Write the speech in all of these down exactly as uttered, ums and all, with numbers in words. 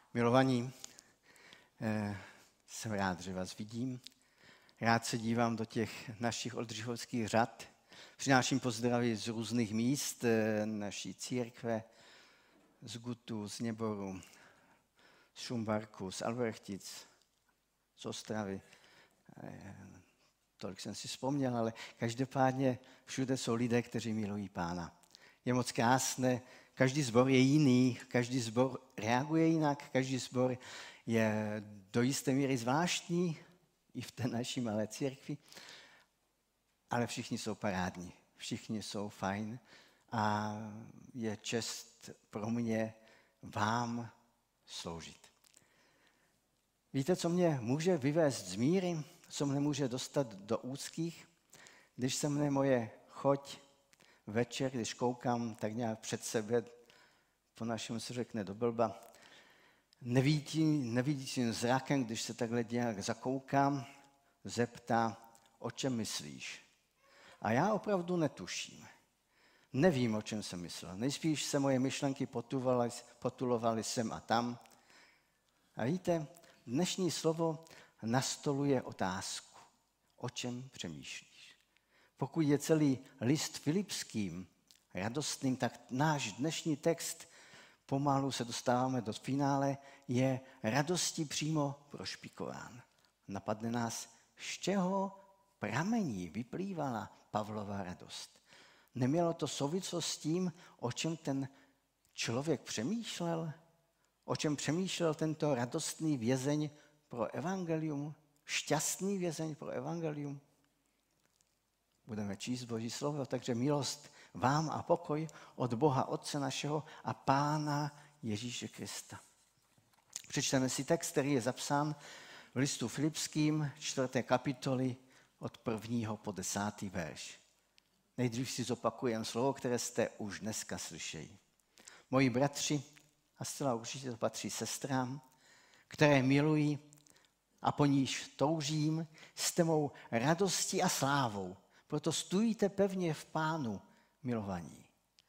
Milovaní, eh, jsem rád, že vás vidím. Rád se dívám do těch našich oldřichovských řad. Přináším pozdravy z různých míst eh, naší církve, z Gutu, z Něboru, z Šumbarku, z Albrechtic, z Ostravy. Eh, tolik jsem si vzpomněl, ale každopádně všude jsou lidé, kteří milují Pána. Je moc krásné, každý sbor je jiný, každý sbor reaguje jinak, každý sbor je do jisté míry zvláštní, i v té naší malé církvi, ale všichni jsou parádní, všichni jsou fajn a je čest pro mě vám sloužit. Víte, co mě může vyvést z míry, co mě může dostat do úzkých, když se mne moje choť večer, když koukám tak nějak před sebe, po našemu se řekne do blba, nevidí, nevidícím zrakem, když se takhle nějak zakoukám, zeptá, o čem myslíš? A já opravdu netuším. Nevím, o čem jsem myslel. Nejspíš se moje myšlenky potulovaly sem a tam. A víte, dnešní slovo nastoluje otázku. O čem přemýšlíš? Pokud je celý list Filipským radostným, tak náš dnešní text, pomalu se dostáváme do finále, je radostí přímo prošpikován. Napadne nás, z čeho pramení vyplývala Pavlova radost. Nemělo to souvislost s tím, o čem ten člověk přemýšlel? O čem přemýšlel tento radostný vězeň pro evangelium? Šťastný vězeň pro evangelium? Budeme číst Boží slovo, takže milost vám a pokoj od Boha Otce našeho a Pána Ježíše Krista. Přečteme si text, který je zapsán v listu Filipským, čtvrté kapitoly od prvního po desátý verš. Nejdřív si zopakujeme slovo, které jste už dneska slyšeli. Moji bratři, a zcela určitě to patří sestrám, které milují a po níž toužím, jste mou radostí a slávou. Proto stůjte pevně v Pánu, milovaní.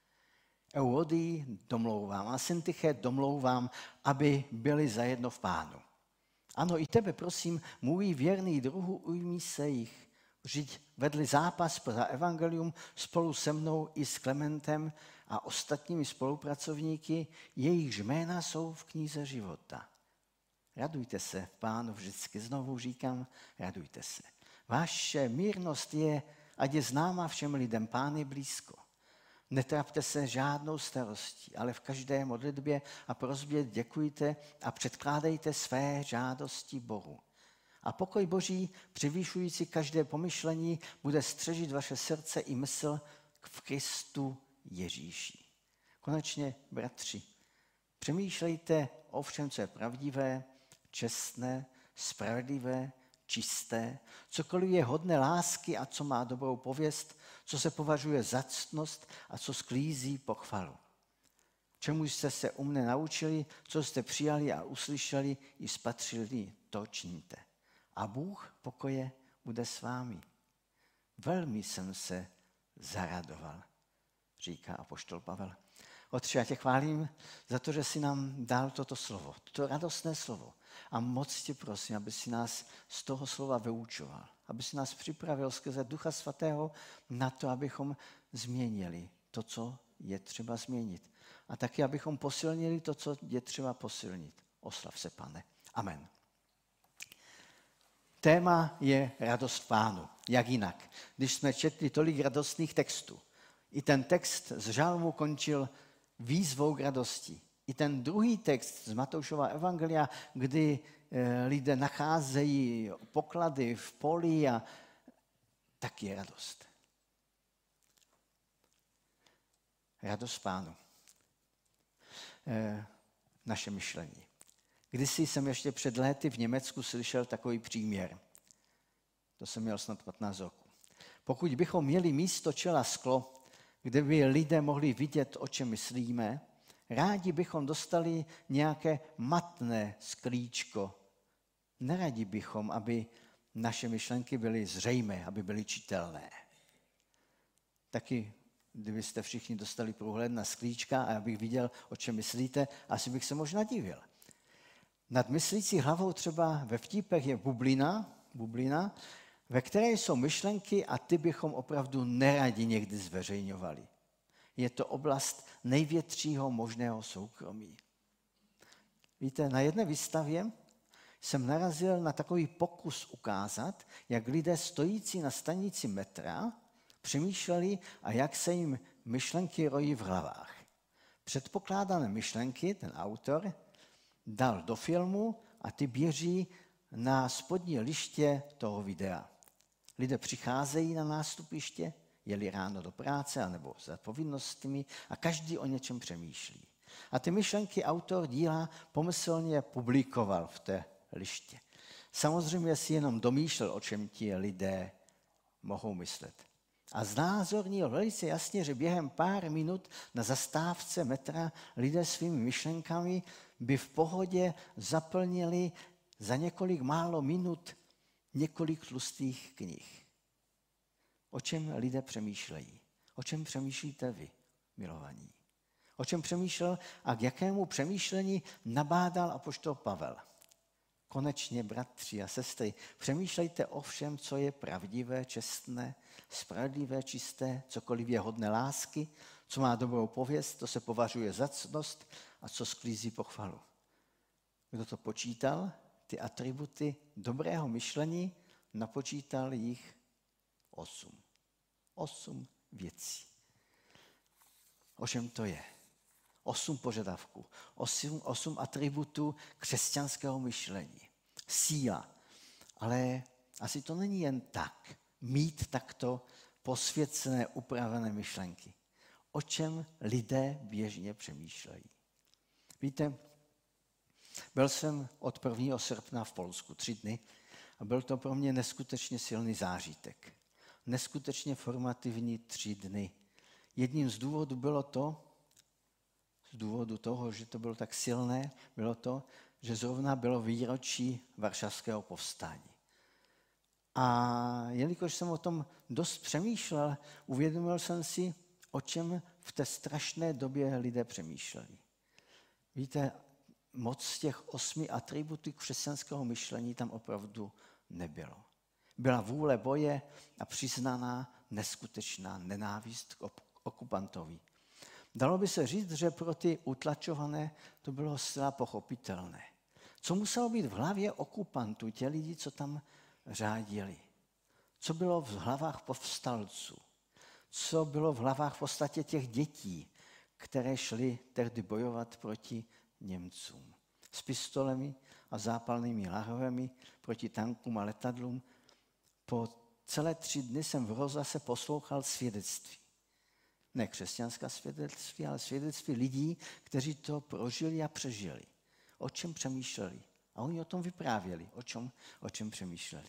Euodii domlouvám a Syntyche domlouvám, aby byli zajedno v Pánu. Ano, i tebe prosím, můj věrný druhu, ujmí se jich. Vždyť vedli zápas za evangelium spolu se mnou i s Klementem a ostatními spolupracovníky, jejichž jména jsou v knize života. Radujte se v Pánu vždycky, znovu říkám, radujte se. Vaše mírnost je, ať je známa všem lidem, Pán je blízko. Netrapte se žádnou starostí, ale v každé modlitbě a prosbě děkujte a předkládejte své žádosti Bohu. A pokoj Boží, převýšující každé pomyšlení, bude střežit vaše srdce i mysl v Kristu Ježíši. Konečně, bratři, přemýšlejte o všem, co je pravdivé, čestné, spravedlivé, čisté, cokoliv je hodné lásky a co má dobrou pověst, co se považuje za ctnost a co sklízí pochvalu. Čemu jste se u mne naučili, co jste přijali a uslyšeli i spatřili, to čiňte. A Bůh pokoje bude s vámi. Velmi jsem se zaradoval, říká apoštol Pavel. Otče, já tě chválím za to, že jsi nám dal toto slovo, toto radostné slovo. A moc tě prosím, aby si nás z toho slova vyučoval, aby si nás připravil skrze Ducha Svatého na to, abychom změnili to, co je třeba změnit. A taky, abychom posilnili to, co je třeba posilnit. Oslav se, Pane. Amen. Téma je radost Pánu. Jak jinak? Když jsme četli tolik radostných textů, i ten text z žalmu končil výzvou k radosti. I ten druhý text z Matoušova evangelia, kdy e, lidé nacházejí poklady v poli a tak je radost. Radost Pánu. E, naše myšlení. Kdysi jsem ještě před léty v Německu slyšel takový příměr. To jsem měl snad patnáct roků. Pokud bychom měli místo čela sklo, kde by lidé mohli vidět, o čem myslíme, rádi bychom dostali nějaké matné sklíčko. Neradi bychom, aby naše myšlenky byly zřejmé, aby byly čitelné. Taky, kdybyste všichni dostali průhled na sklíčka a já bych viděl, o čem myslíte, asi bych se možná divil. Nad myslící hlavou třeba ve vtípech je bublina, bublina, ve které jsou myšlenky a ty bychom opravdu neradi někdy zveřejňovali. Je to oblast největšího možného soukromí. Víte, na jedné výstavě jsem narazil na takový pokus ukázat, jak lidé stojící na stanici metra přemýšleli a jak se jim myšlenky rojí v hlavách. Předpokládané myšlenky, ten autor, dal do filmu a ty běží na spodní liště toho videa. Lidé přicházejí na nástupiště, jeli ráno do práce anebo za povinnostmi a každý o něčem přemýšlí. A ty myšlenky autor díla pomyslně publikoval v té liště. Samozřejmě si jenom domýšlel, o čem ti lidé mohou myslet. A znázornil velice jasně, že během pár minut na zastávce metra lidé svými myšlenkami by v pohodě zaplnili za několik málo minut několik tlustých knih. O čem lidé přemýšlejí? O čem přemýšlíte vy, milovaní? O čem přemýšlel a k jakému přemýšlení nabádal apoštol Pavel? Konečně, bratři a sestry, přemýšlejte o všem, co je pravdivé, čestné, spravedlivé, čisté, cokoliv je hodné lásky, co má dobrou pověst, to se považuje za ctnost a co sklízí pochvalu. Kdo to počítal, ty atributy dobrého myšlení, napočítal jich osm. Osm věcí. O čem to je? Osm požadavků, osm, osm atributů křesťanského myšlení. Síla. Ale asi to není jen tak, mít takto posvěcené, upravené myšlenky. O čem lidé běžně přemýšlejí. Víte, byl jsem od prvního srpna v Polsku tři dny a byl to pro mě neskutečně silný zážitek. Neskutečně formativní tři dny. Jedním z důvodů bylo to, z důvodu toho, že to bylo tak silné, bylo to, že zrovna bylo výročí Varšavského povstání. A jelikož jsem o tom dost přemýšlel, uvědomil jsem si, o čem v té strašné době lidé přemýšleli. Víte, moc z těch osmi atributů křesťanského myšlení tam opravdu nebylo. Byla vůle boje a přiznaná neskutečná nenávist k okupantovi. Dalo by se říct, že pro ty utlačované to bylo zcela pochopitelné. Co muselo být v hlavě okupantů, těch lidí, co tam řádili? Co bylo v hlavách povstalců? Co bylo v hlavách v podstatě těch dětí, které šly tehdy bojovat proti Němcům? S pistolemi a zápalnými lahvemi proti tankům a letadlům. Po celé tři dny jsem v rozhlase poslouchal svědectví. Ne křesťanská svědectví, ale svědectví lidí, kteří to prožili a přežili. O čem přemýšleli. A oni o tom vyprávěli, o čem, o čem přemýšleli.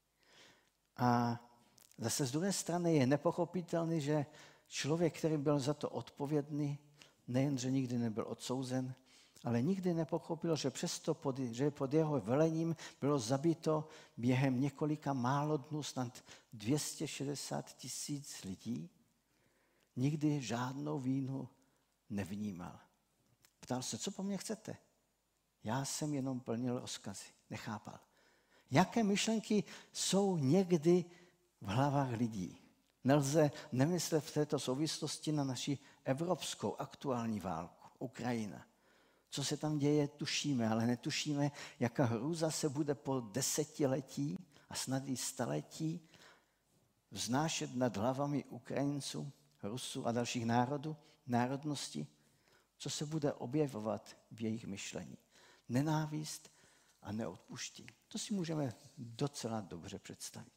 A zase z druhé strany je nepochopitelný, že člověk, který byl za to odpovědný, nejenže nikdy nebyl odsouzen, ale nikdy nepochopil, že přesto, pod, že pod jeho velením bylo zabito během několika málo dnů snad dvě stě šedesát tisíc lidí, nikdy žádnou vínu nevnímal. Ptal se, co po mně chcete? Já jsem jenom plnil rozkazy, nechápal. Jaké myšlenky jsou někdy v hlavách lidí? Nelze nemyslet v této souvislosti na naši evropskou aktuální válku, Ukrajina. Co se tam děje, tušíme, ale netušíme, jaká hrůza se bude po desetiletí a snad i staletí vznášet nad hlavami Ukrajinců, Rusů a dalších národů, národností, co se bude objevovat v jejich myšlení. Nenávist a neodpuštění. To si můžeme docela dobře představit.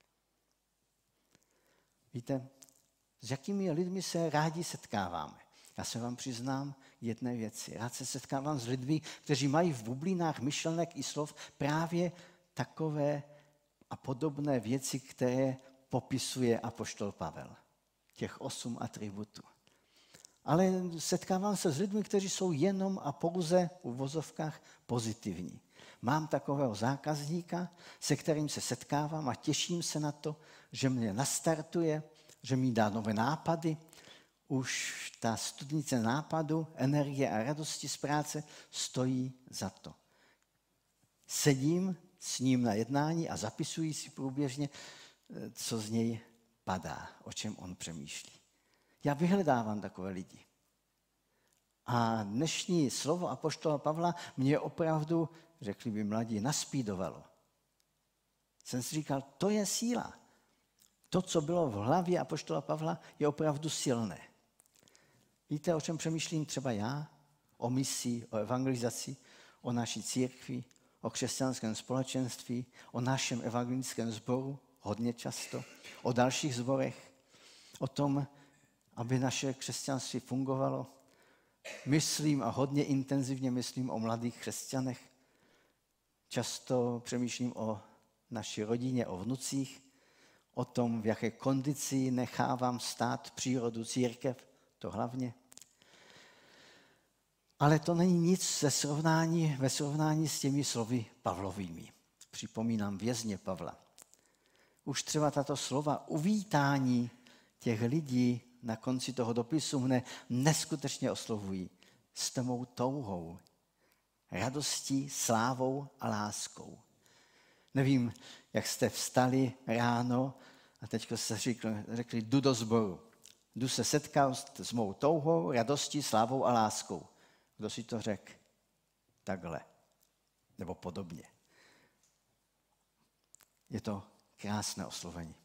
Víte, s jakými lidmi se rádi setkáváme? Já se vám přiznám jedné věci. Rád se setkávám s lidmi, kteří mají v bublinách myšlenek i slov právě takové a podobné věci, které popisuje apoštol Pavel. Těch osm atributů. Ale setkávám se s lidmi, kteří jsou jenom a pouze v uvozovkách pozitivní. Mám takového zákazníka, se kterým se setkávám a těším se na to, že mě nastartuje, že mi dá nové nápady. Už ta studnice nápadu, energie a radosti z práce stojí za to. sedím s ním na jednání a zapisuji si průběžně, co z něj padá, o čem on přemýšlí. Já vyhledávám takové lidi. A dnešní slovo apoštola Pavla mě opravdu, řekli by mladí, naspídovalo. Jsem si říkal, to je síla. To, co bylo v hlavě apoštola Pavla, je opravdu silné. Víte, o čem přemýšlím třeba já? O misi, o evangelizaci, o naší církvi, o křesťanském společenství, o našem evangelickém sboru, hodně často, o dalších sborech, o tom, aby naše křesťanství fungovalo. Myslím a hodně intenzivně myslím o mladých křesťanech. Často přemýšlím o naší rodině, o vnucích, o tom, v jaké kondici nechávám stát přírodu, církev, to hlavně. Ale to není nic ze srovnání, ve srovnání s těmi slovy Pavlovými. Připomínám vězně Pavla. Už třeba tato slova uvítání těch lidí na konci toho dopisu mne neskutečně oslovují s tmou touhou, radostí, slávou a láskou. Nevím, jak jste vstali ráno a teď jste řekli, řekli, jdu do sboru. Jdu se setkat s mou touhou, radostí, slávou a láskou. Kdo si to řekl? Takhle. Nebo podobně. Je to krásné oslovení.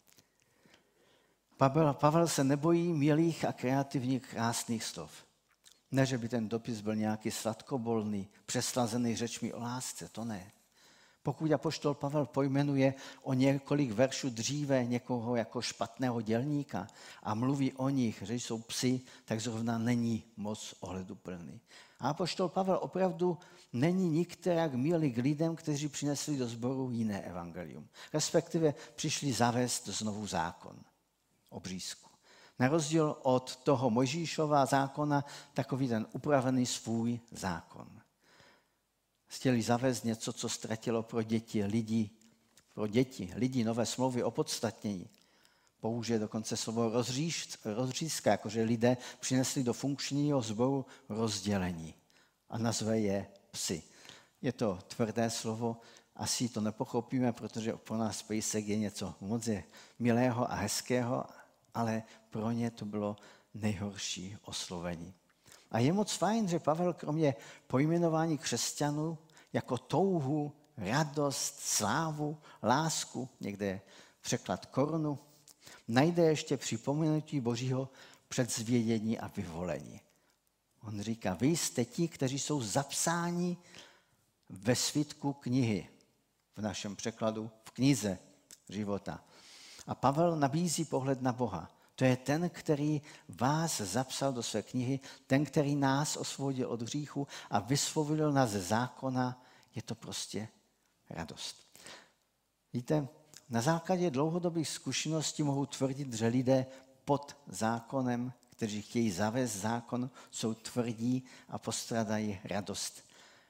Pavel, Pavel se nebojí milých a kreativních krásných slov. Ne, že by ten dopis byl nějaký sladkobolný, přeslazený řečmi o lásce, to ne. Pokud apoštol Pavel pojmenuje o několik veršů dříve někoho jako špatného dělníka a mluví o nich, že jsou psi, tak zrovna není moc ohleduplný. A apoštol Pavel opravdu není nikterak milý k lidem, kteří přinesli do sboru jiné evangelium. Respektive přišli zavést znovu zákon. Obřízku. Na rozdíl od toho Mojžíšova zákona, takový ten upravený svůj zákon. Chtěli zavést něco, co ztratilo pro děti lidi, pro děti, lidi nové smlouvy opodstatnění. Použije dokonce slovo rozřízka, jakože lidé přinesli do funkčního sboru rozdělení a nazve je psi. Je to tvrdé slovo, asi to nepochopíme, protože pro nás pejsek je něco moc milého a hezkého, ale pro ně to bylo nejhorší oslovení. A je moc fajn, že Pavel kromě pojmenování křesťanů jako touhu, radost, slávu, lásku, někde je překlad korunu, najde ještě připomenutí Božího předzvědění a vyvolení. On říká, vy jste ti, kteří jsou zapsáni ve svitku knihy, v našem překladu v knize života. A Pavel nabízí pohled na Boha. To je ten, který vás zapsal do své knihy, ten, který nás osvobodil od hříchu a vysvobodil nás ze zákona. Je to prostě radost. Víte, na základě dlouhodobých zkušeností mohu tvrdit, že lidé pod zákonem, kteří chtějí zavést zákon, jsou tvrdí a postradají radost.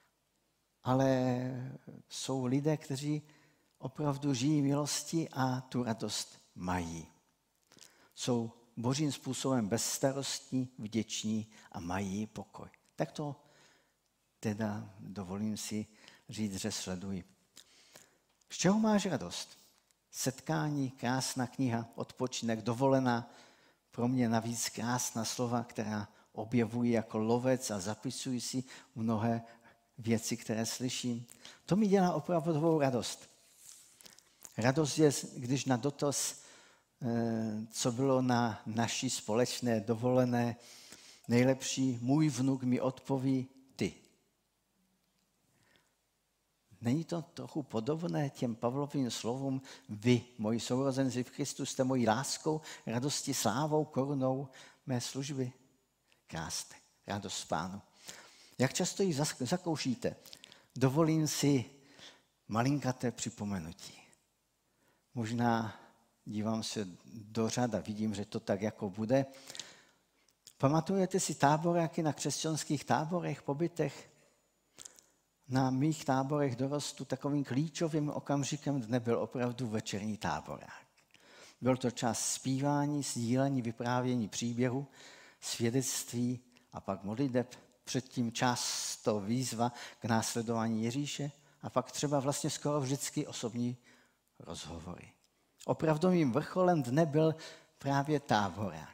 Ale jsou lidé, kteří opravdu žijí milosti a tu radost mají. Jsou božím způsobem bezstarostní, vděční a mají pokoj. Tak to teda dovolím si říct, že sleduji. Z čeho máš radost? Setkání, krásná kniha, odpočinek, dovolená. Pro mě navíc krásná slova, která objevují jako lovec a zapisují si mnohé věci, které slyším. To mi dělá opravdovou radost. Radost je, když na dotaz, co bylo na naší společné dovolené nejlepší, můj vnuk mi odpoví ty. Není to trochu podobné těm Pavlovým slovům, vy, moji sourozenci v Kristu, jste mojí láskou, radostí, slávou, korunou mé služby? Krásné, radost Pánu. Jak často ji zakoušíte? Dovolím si malinkaté připomenutí. Možná dívám se do řad a vidím, že to tak jako bude. Pamatujete si táboráky na křesťanských táborech, pobytech? Na mých táborech dorostu takovým klíčovým okamžikem dne byl opravdu večerní táborák. Byl to čas zpívání, sdílení, vyprávění příběhu, svědectví a pak modliteb. Předtím často výzva k následování Ježíše a pak třeba vlastně skoro vždycky osobní rozhovory. Opravdovým vrcholem dne byl právě táborák.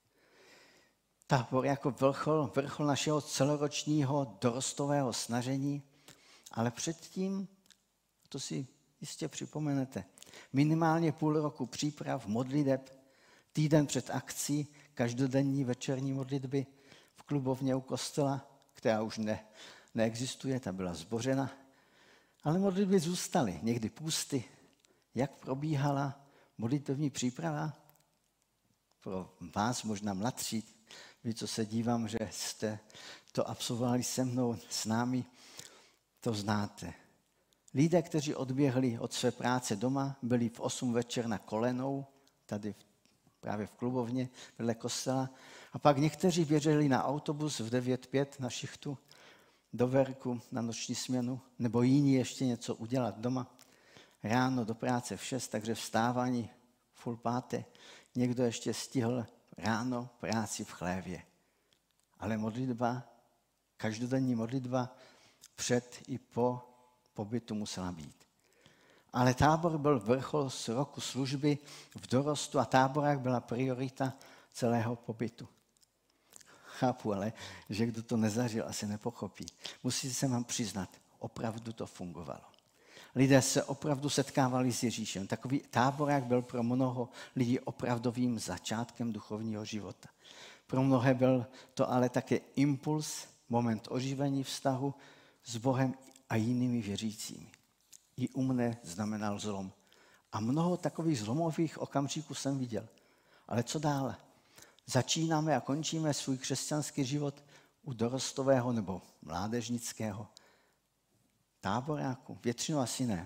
Tábor jako vrchol, vrchol našeho celoročního dorostového snažení, ale předtím, to si jistě připomenete, minimálně půl roku příprav, modliteb, týden před akcí, každodenní večerní modlitby v klubovně u kostela, která už ne, neexistuje, ta byla zbořena, ale modlitby zůstaly, někdy půsty. Jak probíhala modlitevní příprava? Pro vás možná mladší, vy, co se dívám, že jste to absolvovali se mnou, s námi, to znáte. Lidé, kteří odběhli od své práce doma, byli v osm večer na kolenou, tady právě v klubovně vedle kostela, a pak někteří běželi na autobus v devět pět na šichtu do Verku na noční směnu, nebo jiní ještě něco udělat doma. Ráno do práce v šest, takže vstávání půl páté. Někdo ještě stihl ráno práci v chlévě. Ale modlitba, každodenní modlitba před i po pobytu musela být. Ale tábor byl vrchol z roku služby v dorostu a táborák byla priorita celého pobytu. Chápu, ale že kdo to nezažil, asi nepochopí. Musíte se vám přiznat, opravdu to fungovalo. Lidé se opravdu setkávali s Ježíšem. Takový táborák byl pro mnoho lidí opravdovým začátkem duchovního života. Pro mnohé byl to ale také impuls, moment oživení vztahu s Bohem a jinými věřícími. I u mne znamenal zlom. A mnoho takových zlomových okamžiků jsem viděl. Ale co dále? Začínáme a končíme svůj křesťanský život u dorostového nebo mládežnického táboráku? Většinou asi ne.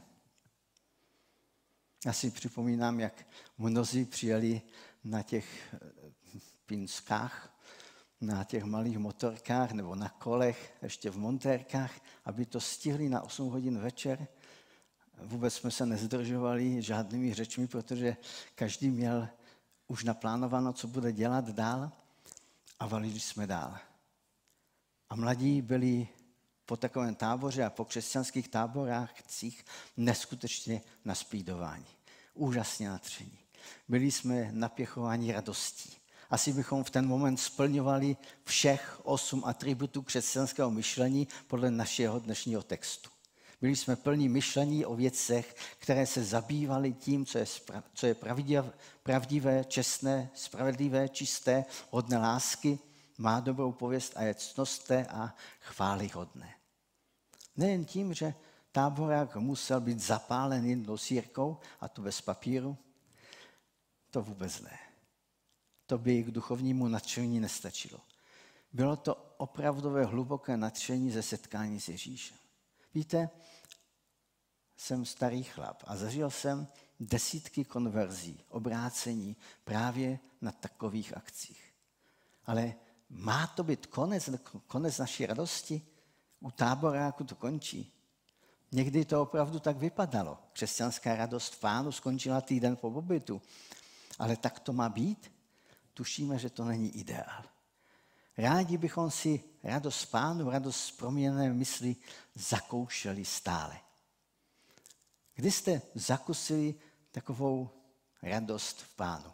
Já si připomínám, jak mnozí přijeli na těch pinskách, na těch malých motorkách nebo na kolech, ještě v montérkách, aby to stihli na osm hodin večer. Vůbec jsme se nezdržovali žádnými řečmi, protože každý měl už naplánováno, co bude dělat dál, a valili jsme dál. A mladí byli po takovém táboře a po křesťanských táborácích neskutečně naspídování. Úžasně natření. Byli jsme napěchováni radostí. Asi bychom v ten moment splňovali všech osm atributů křesťanského myšlení podle našeho dnešního textu. Byli jsme plní myšlení o věcech, které se zabývaly tím, co je, spra- co je pravdivé, čestné, spravedlivé, čisté, hodné lásky, má dobrou pověst a je ctnosté a chvályhodné. Nejen tím, že táborák musel být zapálen jednou sýrkou, a to bez papíru, to vůbec ne. To by k duchovnímu nadšení nestačilo. Bylo to opravdové hluboké nadšení ze setkání s Ježíšem. Víte, jsem starý chlap a zažil jsem desítky konverzí, obrácení právě na takových akcích. Ale má to být konec, konec naší radosti? U táboráku to končí. Někdy to opravdu tak vypadalo. Křesťanská radost v Pánu skončila týden po pobytu. Ale tak to má být? Tušíme, že to není ideál. Rádi bychom si radost v Pánu, radost z proměněné mysli zakoušeli stále. Kdy jste zakusili takovou radost v Pánu?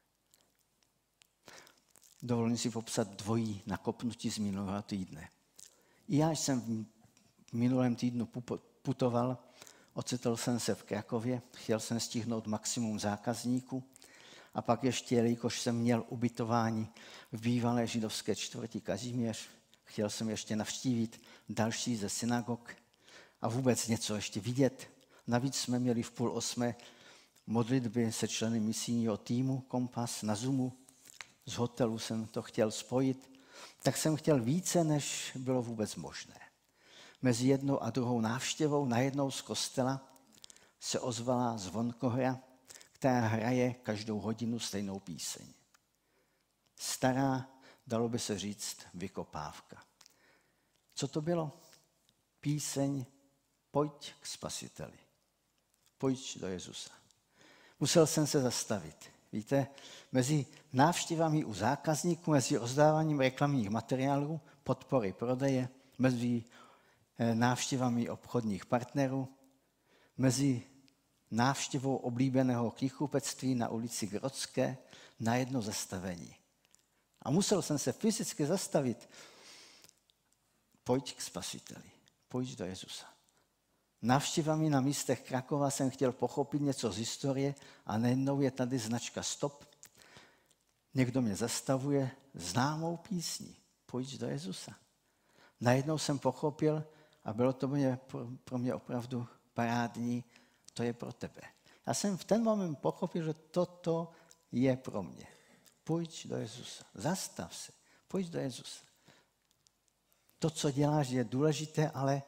Dovolím si popsat dvojí nakopnutí z minulého týdne. I já jsem v minulém týdnu putoval, ocitl jsem se v Krakově, chtěl jsem stihnout maximum zákazníků a pak ještě, jelikož jsem měl ubytování v bývalé židovské čtvrti Kazimíř, chtěl jsem ještě navštívit další ze synagog a vůbec něco ještě vidět. Navíc jsme měli v půl osmé modlitby se členy misijního týmu Kompas na Zoomu. Z hotelu jsem to chtěl spojit, tak jsem chtěl více, než bylo vůbec možné. Mezi jednou a druhou návštěvou najednou z kostela se ozvala zvonkohra, která hraje každou hodinu stejnou píseň. Stará, dalo by se říct, vykopávka. Co to bylo? Píseň Pojď k Spasiteli. Pojď do Jezusa. Musel jsem se zastavit. Víte, mezi návštěvami u zákazníků, mezi rozdáváním reklamních materiálů, podpory prodeje, mezi návštěvami obchodních partnerů, mezi návštěvou oblíbeného knihkupectví na ulici Grodské na jedno zastavení. A musel jsem se fyzicky zastavit. Pojď k Spasiteli, pojď do Jezusa. Návštěvami na místech Krakova jsem chtěl pochopit něco z historie a najednou je tady značka stop. Někdo mě zastavuje známou písní. Pojď do Jezusa. Najednou jsem pochopil a bylo to mě, pro mě opravdu parádní, to je pro tebe. Já jsem v ten moment pochopil, že toto je pro mě. Pojď do Jezusa. Zastav se. Pojď do Jezusa. To, co děláš, je důležité, ale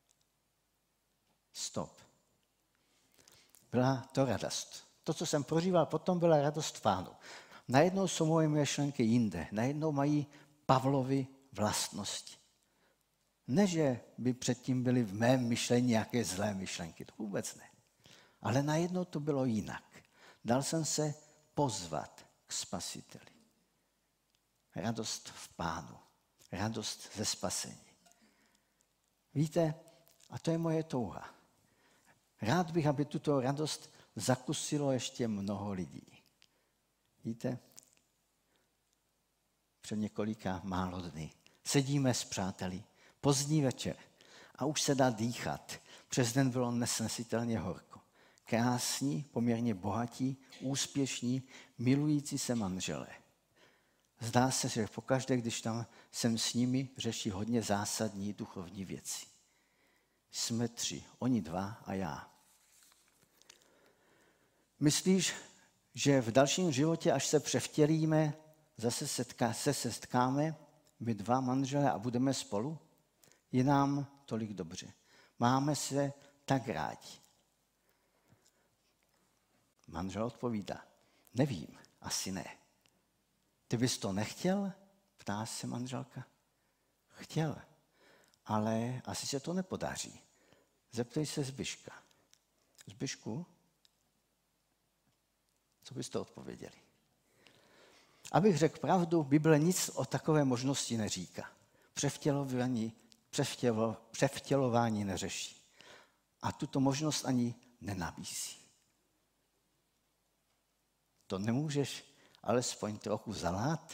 stop. Byla to radost. To, co jsem prožíval potom, byla radost v Pánu. Najednou jsou moje myšlenky jinde. Najednou mají Pavlovy vlastnosti. Ne, že by předtím byly v mém myšlení nějaké zlé myšlenky. To vůbec ne. Ale najednou to bylo jinak. Dal jsem se pozvat k Spasiteli. Radost v Pánu. Radost ze spasení. Víte, a to je moje touha. Rád bych, aby tuto radost zakusilo ještě mnoho lidí. Víte, před několika málo dny sedíme s přáteli, pozdní večer a už se dá dýchat. Přes den bylo nesnesitelně horko. Krásní, poměrně bohatí, úspěšní, milující se manželé. Zdá se, že pokaždé, když tam jsem s nimi, řeší hodně zásadní duchovní věci. Jsme tři, oni dva a já. Myslíš, že v dalším životě, až se převtělíme, zase setká, se setkáme, my dva manželé a budeme spolu? Je nám tolik dobře. Máme se tak rádi. Manžel odpovídá, nevím, asi ne. Ty bys to nechtěl? Ptá se manželka. Chtěl, ale asi se to nepodaří. Zeptej se Zbyška. Zbyšku, co byste odpověděli? Abych řekl pravdu, Bible nic o takové možnosti neříká. Převtělování, převtělo, převtělování neřeší. A tuto možnost ani nenabízí. To nemůžeš alespoň trochu zalát?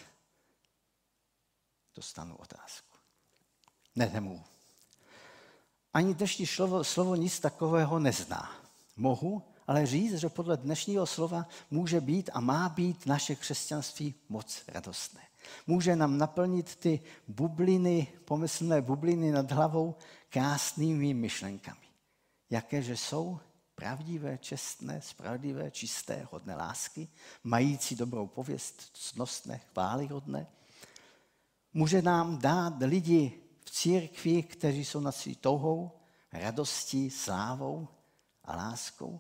Dostanu otázku. Ne, nemůžu. Ani dnešní slovo, slovo nic takového nezná. Mohu ale říct, že podle dnešního slova může být a má být naše křesťanství moc radostné. Může nám naplnit ty bubliny, pomyslné bubliny nad hlavou krásnými myšlenkami. Jakéže jsou pravdivé, čestné, spravedlivé, čisté, hodné lásky, mající dobrou pověst, ctnostné, chvályhodné. Může nám dát lidi v církvi, kteří jsou nad svou touhou, radostí, slávou a láskou.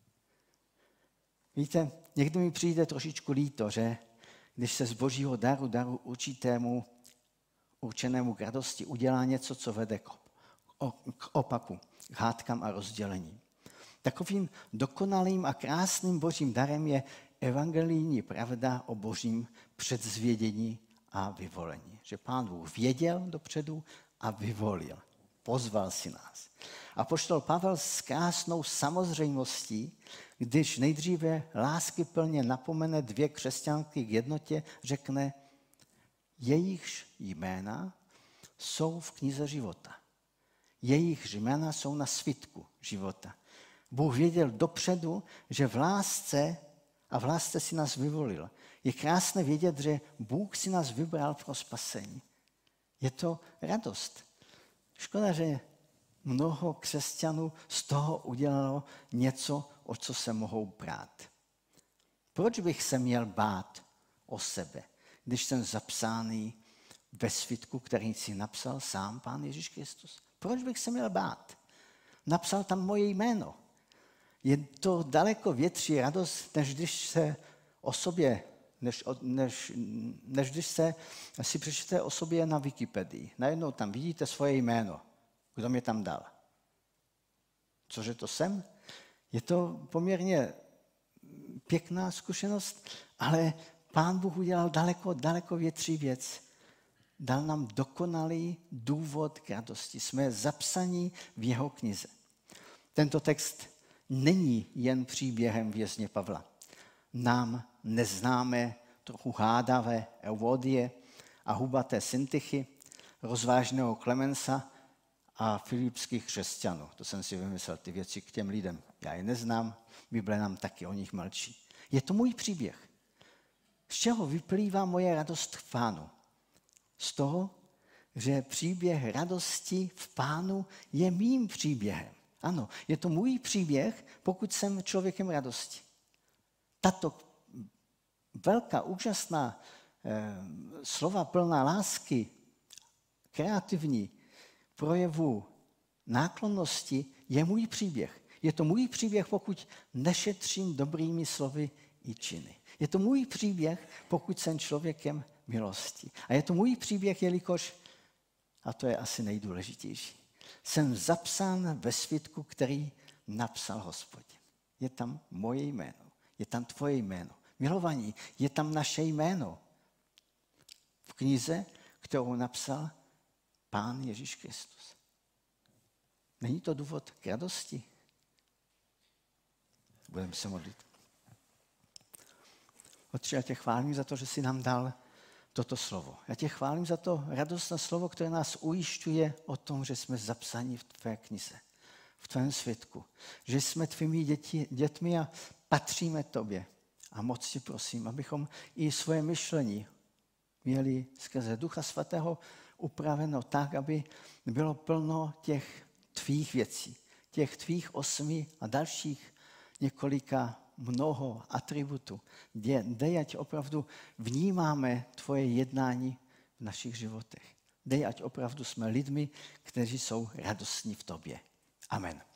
Víte, někdo mi přijde trošičku líto, že když se z božího daru, daru určitému, určenému k radosti udělá něco, co vede k opaku, k hádkám a rozdělení. Takovým dokonalým a krásným božím darem je evangelijní pravda o božím předzvědění a vyvolení. Že Pán Bůh věděl dopředu a vyvolil. Pozval si nás. Apoštol Pavel s krásnou samozřejmostí, když nejdříve láskyplně napomene dvě křesťanky k jednotě, řekne, jejichž jména jsou v knize života. Jejichž jména jsou na svitku života. Bůh věděl dopředu, že v lásce a v lásce si nás vyvolil. Je krásné vědět, že Bůh si nás vybral pro spasení. Je to radost. Škoda, že mnoho křesťanů z toho udělalo něco, o co se mohou brát. Proč bych se měl bát o sebe, když jsem zapsáný ve svitku, který si napsal sám Pán Ježíš Kristus? Proč bych se měl bát? Napsal tam moje jméno. Je to daleko větší radost, než když se o sobě, než, než, než když se si přečtete o sobě na Wikipedii. Najednou tam vidíte svoje jméno. Kdo mě tam dal? Cože to jsem? Je to poměrně pěkná zkušenost, ale Pán Bůh udělal daleko, daleko větší věc. dal nám dokonalý důvod k radosti. Jsme zapsaní v jeho knize. Tento text není jen příběhem vězně Pavla. Nám neznámé, trochu hádavé Euvodie a hubaté Syntychy, rozvážného Klemensa a filipských křesťanů. To jsem si vymyslel, ty věci k těm lidem. Já je neznám, Bible nám taky o nich mlčí. Je to můj příběh. Z čeho vyplývá moje radost v Pánu? Z toho, že příběh radosti v Pánu je mým příběhem. Ano, je to můj příběh, pokud jsem člověkem radosti. Tato velká, úžasná eh, slova plná lásky, kreativní projevu náklonnosti je můj příběh. Je to můj příběh, pokud nešetřím dobrými slovy i činy. Je to můj příběh, pokud jsem člověkem milosti. A je to můj příběh, jelikož, a to je asi nejdůležitější, jsem zapsán ve svitku, který napsal Hospodin. Je tam moje jméno, je tam tvoje jméno. Milovaní, je tam naše jméno. V knize, kterou napsal Pán Ježíš Kristus. Není to důvod k radosti? Budeme se modlit. Otče, já tě chválím za to, že jsi nám dal toto slovo. Já tě chválím za to radostné slovo, které nás ujišťuje o tom, že jsme zapsaní v tvé knize, v tvém světku, že jsme tvými děti, dětmi a patříme tobě. A moc tě prosím, abychom i svoje myšlení měli skrze Ducha Svatého upraveno tak, aby bylo plno těch tvých věcí, těch tvých osmi a dalších několika mnoho atributů, dej, ať opravdu vnímáme tvoje jednání v našich životech. Dej, ať opravdu jsme lidmi, kteří jsou radostní v tobě. Amen.